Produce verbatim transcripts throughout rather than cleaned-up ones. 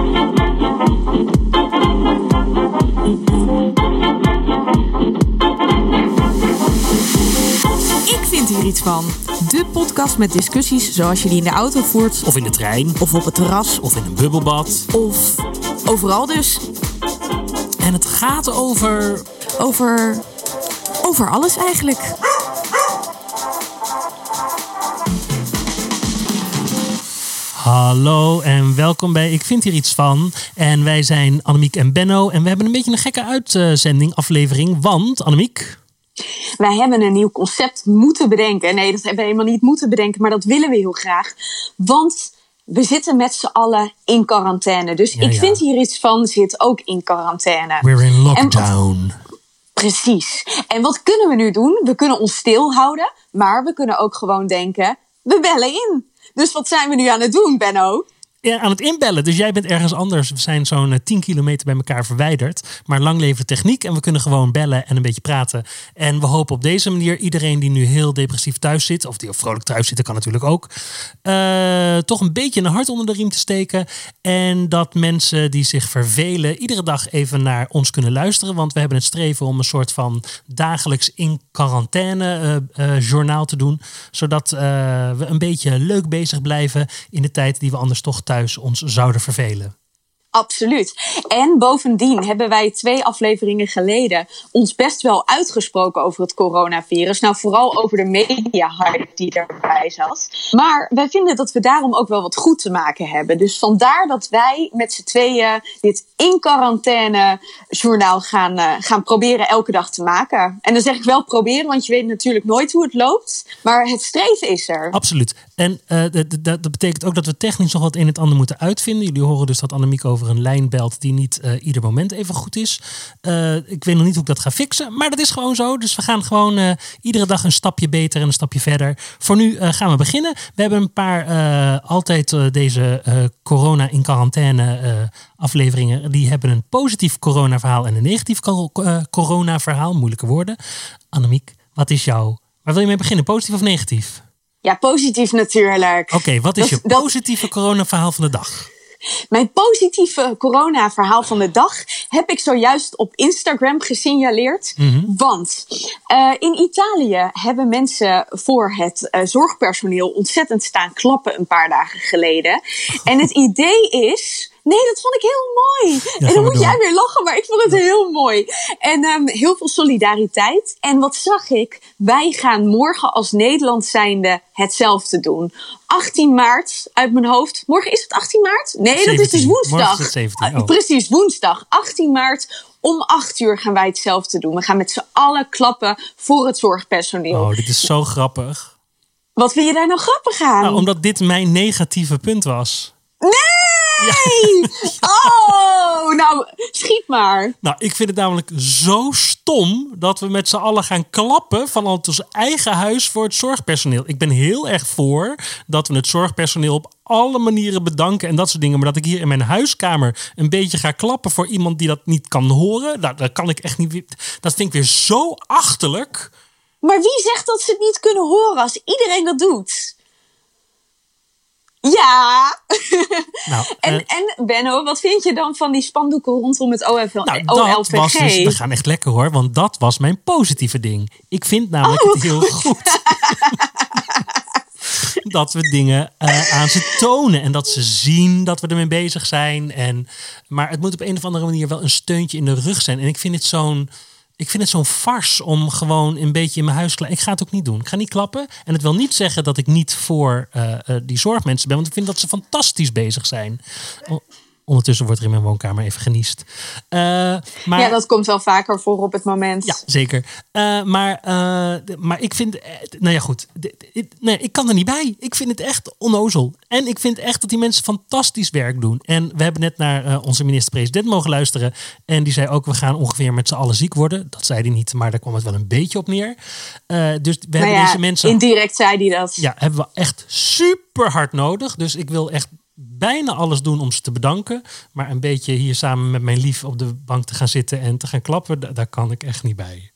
Ik vind hier iets van. De podcast met discussies zoals je die in de auto voert. Of in de trein. Of op het terras. Of in een bubbelbad. Of overal dus. En het gaat over... Over... Over alles eigenlijk. Hallo en welkom bij Ik vind hier iets van. En wij zijn Annemiek en Benno. En we hebben een beetje een gekke uitzending, aflevering. Want, Annemiek... Wij hebben een nieuw concept moeten bedenken. Nee, dat hebben we helemaal niet moeten bedenken, maar dat willen we heel graag. Want we zitten met z'n allen in quarantaine. Dus Ja, ik ja. vind hier iets van zit ook in quarantaine. We're in En lockdown. wat- precies. En wat kunnen we nu doen? We kunnen ons stilhouden, maar we kunnen ook gewoon denken, we bellen in. Dus wat zijn we nu aan het doen, Benno? Ja, aan het inbellen. Dus jij bent ergens anders. We zijn zo'n eh, tien kilometer bij elkaar verwijderd. Maar lang leven de techniek. En we kunnen gewoon bellen en een beetje praten. En we hopen op deze manier iedereen die nu heel depressief thuis zit. Of die ook vrolijk thuis zit, dat kan natuurlijk ook. eh, toch een beetje een hart onder de riem te steken. En dat mensen die zich vervelen iedere dag even naar ons kunnen luisteren. Want we hebben het streven om een soort van dagelijks in quarantaine eh, eh, journaal te doen. Zodat eh, we een beetje leuk bezig blijven in de tijd die we anders toch thuis ons zouden vervelen. Absoluut. En bovendien hebben wij twee afleveringen geleden ons best wel uitgesproken over het coronavirus. Nou, vooral over de media-hype die erbij zat. Maar wij vinden dat we daarom ook wel wat goed te maken hebben. Dus vandaar dat wij met z'n tweeën dit in quarantaine journaal gaan, uh, gaan proberen elke dag te maken. En dan zeg ik wel proberen, want je weet natuurlijk nooit hoe het loopt. Maar het streven is er. Absoluut. En uh, dat, dat, dat betekent ook dat we technisch nog wat een en het ander moeten uitvinden. Jullie horen dus dat Annemiek over een lijn belt die niet uh, ieder moment even goed is. Uh, ik weet nog niet hoe ik dat ga fixen, maar dat is gewoon zo. Dus we gaan gewoon uh, iedere dag een stapje beter en een stapje verder. Voor nu uh, gaan we beginnen. We hebben een paar uh, altijd uh, deze uh, corona in quarantaine uh, afleveringen. Die hebben een positief corona verhaal en een negatief co- uh, corona verhaal. Moeilijke woorden. Annemiek, wat is jouw... Waar wil je mee beginnen? Positief of negatief? Ja, positief natuurlijk. Oké, okay, wat is Dat- je dat- positieve corona verhaal van de dag? Mijn positieve corona-verhaal van de dag heb ik zojuist op Instagram gesignaleerd. Mm-hmm. Want uh, in Italië hebben mensen voor het uh, zorgpersoneel ontzettend staan klappen een paar dagen geleden. En het idee is... Nee, dat vond ik heel mooi. Ja, en dan moet door. jij weer lachen, maar ik vond het heel mooi. En um, heel veel solidariteit. En wat zag ik? Wij gaan morgen als Nederland zijnde hetzelfde doen. achttien maart uit mijn hoofd. Morgen is het achttien maart? Nee, dat is dus zeventien. woensdag. Morgen is het zeventien. Oh. Uh, precies, woensdag. achttien maart om acht uur gaan wij hetzelfde doen. We gaan met z'n allen klappen voor het zorgpersoneel. Oh, dit is zo grappig. Wat vind je daar nou grappig aan? Nou, omdat dit mijn negatieve punt was. Nee! Oh, nou, schiet maar. Nou, ik vind het namelijk zo stom dat we met z'n allen gaan klappen vanuit ons eigen huis voor het zorgpersoneel. Ik ben heel erg voor dat we het zorgpersoneel op alle manieren bedanken en dat soort dingen. Maar dat ik hier in mijn huiskamer een beetje ga klappen voor iemand die dat niet kan horen, nou, dat kan ik echt niet. Dat vind ik weer zo achterlijk. Maar wie zegt dat ze het niet kunnen horen als iedereen dat doet? Ja. Nou, en, uh, en Benno, wat vind je dan van die spandoeken rondom het O F L, nou, O L dat V G? was dus, we gaan echt lekker hoor, want dat was mijn positieve ding. Ik vind namelijk Oh, het heel goed. goed. Dat we dingen uh, aan ze tonen en dat ze zien dat we ermee bezig zijn. En, maar het moet op een of andere manier wel een steuntje in de rug zijn. En ik vind het zo'n, ik vind het zo'n farce om gewoon een beetje in mijn huis... Ik ga het ook niet doen. Ik ga niet klappen. En het wil niet zeggen dat ik niet voor uh, uh, die zorgmensen ben. Want ik vind dat ze fantastisch bezig zijn. Ondertussen wordt er in mijn woonkamer even geniest. Uh, maar, ja, dat komt wel vaker voor op het moment. Ja, zeker. Uh, maar, uh, maar ik vind... Nou ja, goed. Nee, ik kan er niet bij. Ik vind het echt onnozel. En ik vind echt dat die mensen fantastisch werk doen. En we hebben net naar uh, onze minister-president mogen luisteren. En die zei ook, we gaan ongeveer met z'n allen ziek worden. Dat zei hij niet, maar daar kwam het wel een beetje op neer. Uh, dus we nou hebben ja, deze mensen... indirect zei hij dat. Ja, hebben we echt super hard nodig. Dus ik wil echt bijna alles doen om ze te bedanken. Maar een beetje hier samen met mijn lief op de bank te gaan zitten en te gaan klappen, d- daar kan ik echt niet bij.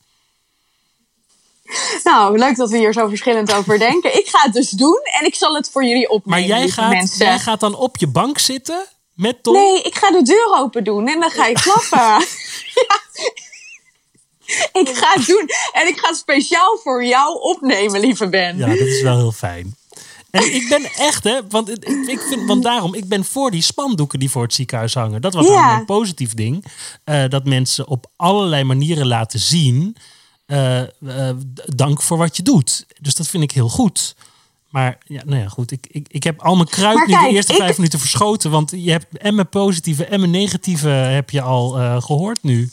Nou, leuk dat we hier zo verschillend over denken. Ik ga het dus doen en ik zal het voor jullie opnemen. Maar jij gaat, mensen. jij gaat dan op je bank zitten Met Tom? Nee, ik ga de deur open doen en dan ga ik klappen. Ja. Ik ga het doen. En ik ga het speciaal voor jou opnemen, lieve Ben. Ja, dat is wel heel fijn. En ik ben echt, hè, want ik, ik vind, want daarom, ik ben voor die spandoeken die voor het ziekenhuis hangen. Dat was Ja. een positief ding. Uh, dat mensen op allerlei manieren laten zien, uh, uh, dank voor wat je doet. Dus dat vind ik heel goed. Maar ja, nou ja, goed. Ik, ik, ik heb al mijn kruid Maar nu kijk, de eerste ik- vijf minuten verschoten. Want je hebt en mijn positieve en mijn negatieve heb je al uh, gehoord nu.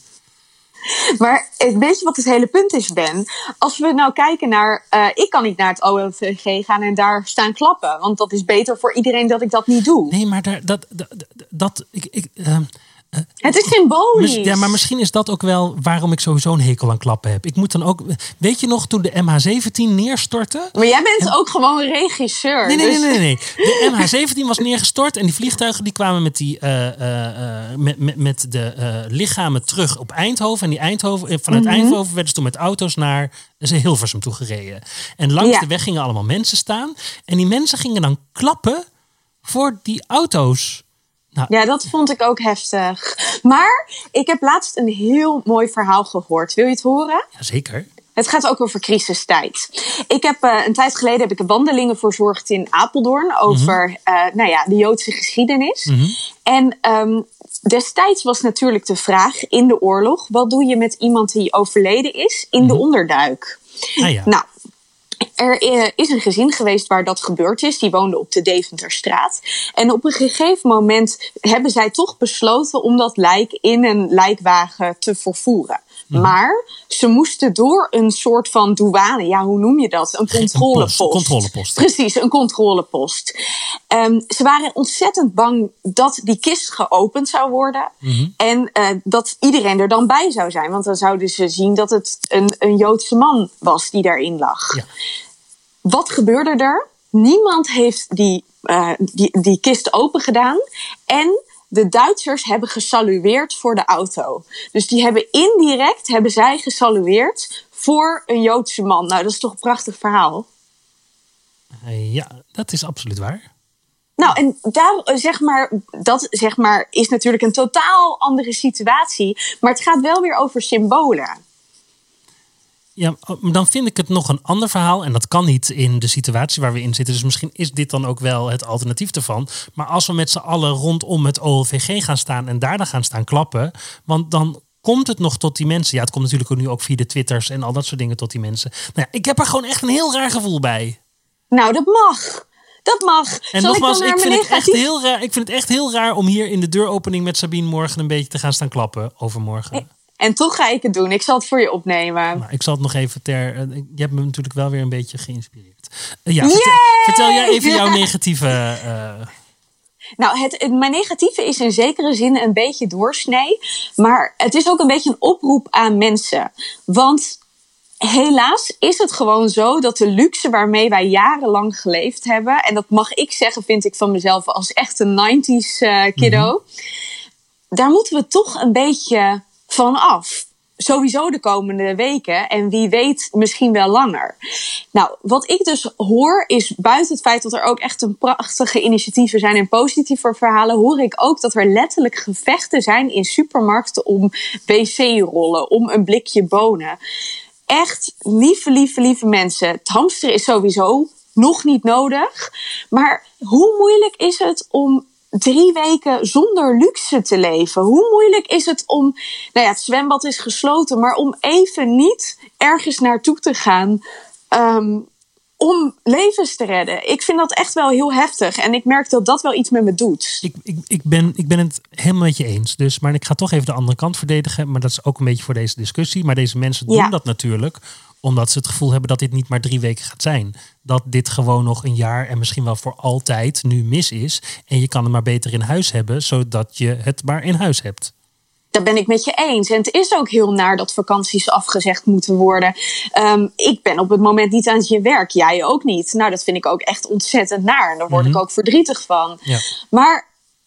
Maar weet je wat het hele punt is, Ben? Als we nou kijken naar... Uh, ik kan niet naar het O L V G gaan en daar staan klappen. Want dat is beter voor iedereen dat ik dat niet doe. Nee, maar daar, dat... dat, dat ik, ik, uh, uh, Het is symbolisch. mis- ja, maar misschien is dat ook wel waarom ik sowieso een hekel aan klappen heb. Ik moet dan ook... Weet je nog toen de M H zeventien neerstortte? Maar jij bent ook gewoon regisseur. Nee, nee, dus... nee, nee, nee. De M H zeventien was neergestort en die vliegtuigen die kwamen met, die, uh, uh, uh, met, met, met de uh, lichamen terug op Eindhoven. En die Eindhoven, vanuit Mm-hmm. Eindhoven werden ze toen met auto's naar Hilversum toe gereden. En langs Ja. de weg gingen allemaal mensen staan. En die mensen gingen dan klappen voor die auto's. Nou, Ja, dat vond ik ook heftig. Maar ik heb laatst een heel mooi verhaal gehoord. Wil je het horen? ja, zeker. Het gaat ook over crisistijd. Ik heb uh, een tijd geleden heb ik wandelingen verzorgd in Apeldoorn over uh, nou ja, de Joodse geschiedenis. Mm-hmm. En um, destijds was natuurlijk de vraag in de oorlog: wat doe je met iemand die overleden is in de onderduik? Ah, ja. Nou, er is een gezin geweest waar dat gebeurd is. Die woonde op de Deventerstraat. En op een gegeven moment hebben zij toch besloten om dat lijk in een lijkwagen te vervoeren. Mhm. Maar ze moesten door een soort van douane. Ja, hoe noem je dat? Een controlepost. post, controlepost. Precies, een controlepost. Um, ze waren ontzettend bang dat die kist geopend zou worden. Mhm. En uh, dat iedereen er dan bij zou zijn. Want dan zouden ze zien dat het een, een Joodse man was die daarin lag. Ja. Wat gebeurde er? Niemand heeft die, uh, die, die kist open gedaan. En de Duitsers hebben gesalueerd voor de auto. Dus die hebben indirect hebben zij gesalueerd voor een Joodse man. Nou, dat is toch een prachtig verhaal? Uh, ja, dat is absoluut waar. Nou, en daar, zeg maar, dat zeg maar, is natuurlijk een totaal andere situatie. Maar het gaat wel weer over symbolen. Ja, dan vind ik het nog een ander verhaal. En dat kan niet in de situatie waar we in zitten. Dus misschien is dit dan ook wel het alternatief ervan. Maar als we met z'n allen rondom het O L V G gaan staan en daar dan gaan staan klappen. Want dan komt het nog tot die mensen. Ja, het komt natuurlijk ook nu ook via de Twitters en al dat soort dingen tot die mensen. Nou ja, ik heb er gewoon echt een heel raar gevoel bij. Nou, dat mag. Dat mag. En Zal nogmaals, ik, ik, dan vind naar het mijn echt heel raar, ik vind het echt heel raar om hier in de deuropening met Sabine morgen een beetje te gaan staan klappen. Overmorgen. En toch ga ik het doen. Ik zal het voor je opnemen. Nou, ik zal het nog even ter... Uh, je hebt me natuurlijk wel weer een beetje geïnspireerd. Uh, ja, Yay! vertel, vertel jij even jouw negatieve... Uh... Nou, het, het, mijn negatieve is in zekere zin een beetje doorsnee. Maar het is ook een beetje een oproep aan mensen. Want helaas is het gewoon zo dat de luxe waarmee wij jarenlang geleefd hebben... en dat mag ik zeggen, vind ik van mezelf als echt een nineties uh, kiddo... Mm-hmm. Daar moeten we toch een beetje van af. Sowieso de komende weken en wie weet misschien wel langer. Nou, wat ik dus hoor is buiten het feit dat er ook echt een prachtige initiatieven zijn en positieve verhalen, hoor ik ook dat er letterlijk gevechten zijn in supermarkten om wc-rollen, om een blikje bonen. Echt lieve, lieve, lieve mensen. Het hamsteren is sowieso nog niet nodig. Maar hoe moeilijk is het om drie weken zonder luxe te leven? Hoe moeilijk is het om... Nou ja, het zwembad is gesloten, maar om even niet ergens naartoe te gaan um, om levens te redden. Ik vind dat echt wel heel heftig. En ik merk dat dat wel iets met me doet. Ik, ik, ik, ben, ik ben het helemaal met je eens. Dus, maar ik ga toch even de andere kant verdedigen. Maar dat is ook een beetje voor deze discussie. Maar deze mensen doen ja. dat natuurlijk omdat ze het gevoel hebben dat dit niet maar drie weken gaat zijn. Dat dit gewoon nog een jaar en misschien wel voor altijd nu mis is. En je kan het maar beter in huis hebben, zodat je het maar in huis hebt. Daar ben ik met je eens. En het is ook heel naar dat vakanties afgezegd moeten worden. Um, ik ben op het moment niet aan je werk. Jij ook niet. Nou, dat vind ik ook echt ontzettend naar. En daar word Mm-hmm. ik ook verdrietig van. Ja. Maar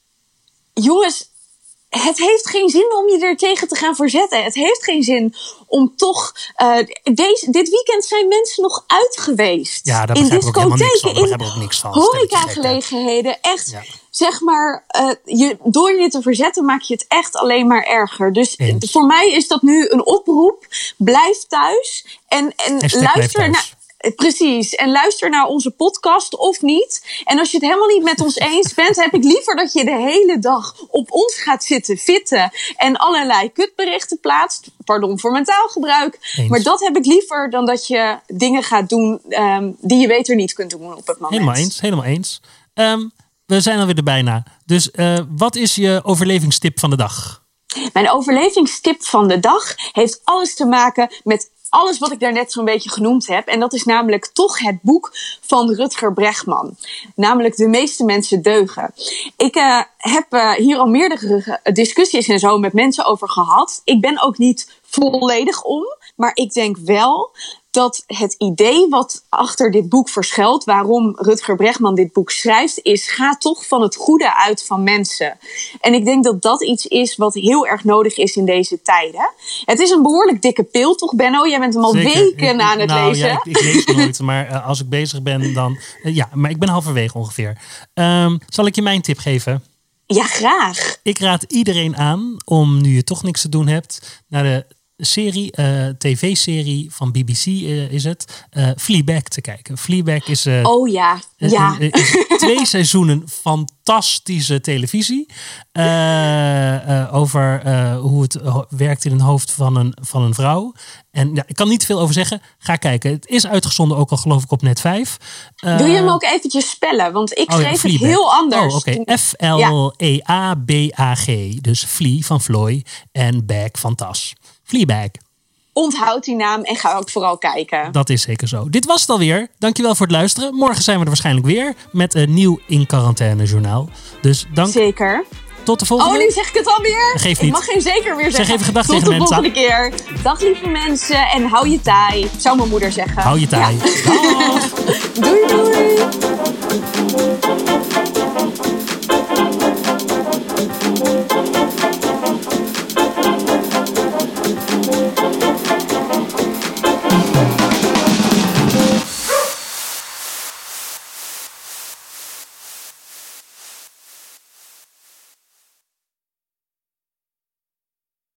jongens, het heeft geen zin om je er tegen te gaan verzetten. Het heeft geen zin om toch... Uh, deze, dit weekend zijn mensen nog uit geweest. Ja, daar in begrijp ik ook helemaal niks van. discotheken, Daar begrijp ik ook niks van. horecagelegenheden. Echt... Ja. zeg maar, uh, je, door je te verzetten maak je het echt alleen maar erger. Dus Eens. voor mij is dat nu een oproep. Blijf thuis en, en luister naar... Precies, en luister naar onze podcast of niet. En als je het helemaal niet met ons eens bent, heb ik liever dat je de hele dag op ons gaat zitten vitten en allerlei kutberichten plaatst. Pardon voor mijn taalgebruik. Eens. Maar dat heb ik liever dan dat je dingen gaat doen um, die je beter niet kunt doen op het moment. Helemaal eens, helemaal eens. Um, we zijn alweer er bijna. Dus uh, wat is je overlevingstip van de dag? Mijn overlevingstip van de dag heeft alles te maken met alles wat ik daarnet zo'n beetje genoemd heb. En dat is namelijk toch het boek van Rutger Bregman. Namelijk De meeste mensen deugen. Ik uh, heb uh, hier al meerdere discussies en zo met mensen over gehad. Ik ben ook niet volledig om. Maar ik denk wel dat het idee wat achter dit boek verschuilt, waarom Rutger Bregman dit boek schrijft, is: ga toch van het goede uit van mensen. En ik denk dat dat iets is wat heel erg nodig is in deze tijden. Het is een behoorlijk dikke pil, toch Benno? Jij bent hem al Zeker. weken ik, aan het nou, lezen. Ja, ik, ik lees nooit, maar uh, als ik bezig ben dan... Uh, ja, maar ik ben halverwege ongeveer. Um, zal ik je mijn tip geven? Ja, graag. Ik raad iedereen aan om, nu je toch niks te doen hebt, naar de serie, uh, tv-serie van B B C uh, is het, uh, Fleabag te kijken. Fleabag is, uh, oh ja, ja. Uh, is twee seizoenen fantastische televisie. Uh, uh, over uh, hoe het uh, werkt in het hoofd van een, van een vrouw. En ja, ik kan niet veel over zeggen. Ga kijken. Het is uitgezonden ook al geloof ik op Net vijf. Uh, Wil je hem ook eventjes spellen? Want ik oh, schreef ja, het heel anders. Oh, oké. Okay. F L E A B A G. Dus Flea van Floy en Bag van Tas. Fleabag. Onthoud die naam en ga ook vooral kijken. Dat is zeker zo. Dit was het alweer. Dankjewel voor het luisteren. Morgen zijn we er waarschijnlijk weer met een nieuw In Quarantaine journaal. Dus dank. Zeker. Tot de volgende. Oh, nu zeg ik het alweer. Geef niet. Ik mag geen zeker meer zeggen. Zeg even gedag Tot tegen de mensen. Tot de volgende keer. Dag lieve mensen en hou je taai. Zou mijn moeder zeggen. Hou je taai. Ja. Doei doei.